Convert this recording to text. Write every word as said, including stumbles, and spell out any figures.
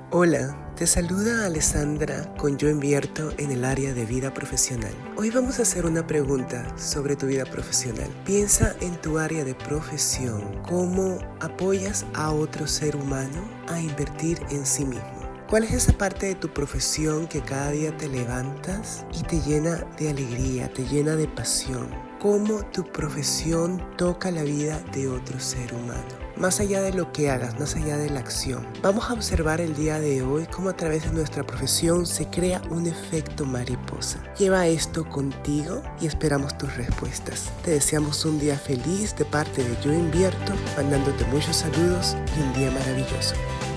Hola, te saluda Alessandra con Yo Invierto en el área de vida profesional. Hoy vamos a hacer una pregunta sobre tu vida profesional. Piensa en tu área de profesión, cómo apoyas a otro ser humano a invertir en sí mismo. ¿Cuál es esa parte de tu profesión que cada día te levantas y te llena de alegría, te llena de pasión? ¿Cómo tu profesión toca la vida de otro ser humano? Más allá de lo que hagas, más allá de la acción. Vamos a observar el día de hoy cómo a través de nuestra profesión se crea un efecto mariposa. Lleva esto contigo y esperamos tus respuestas. Te deseamos un día feliz de parte de Yo Invierto, mandándote muchos saludos y un día maravilloso.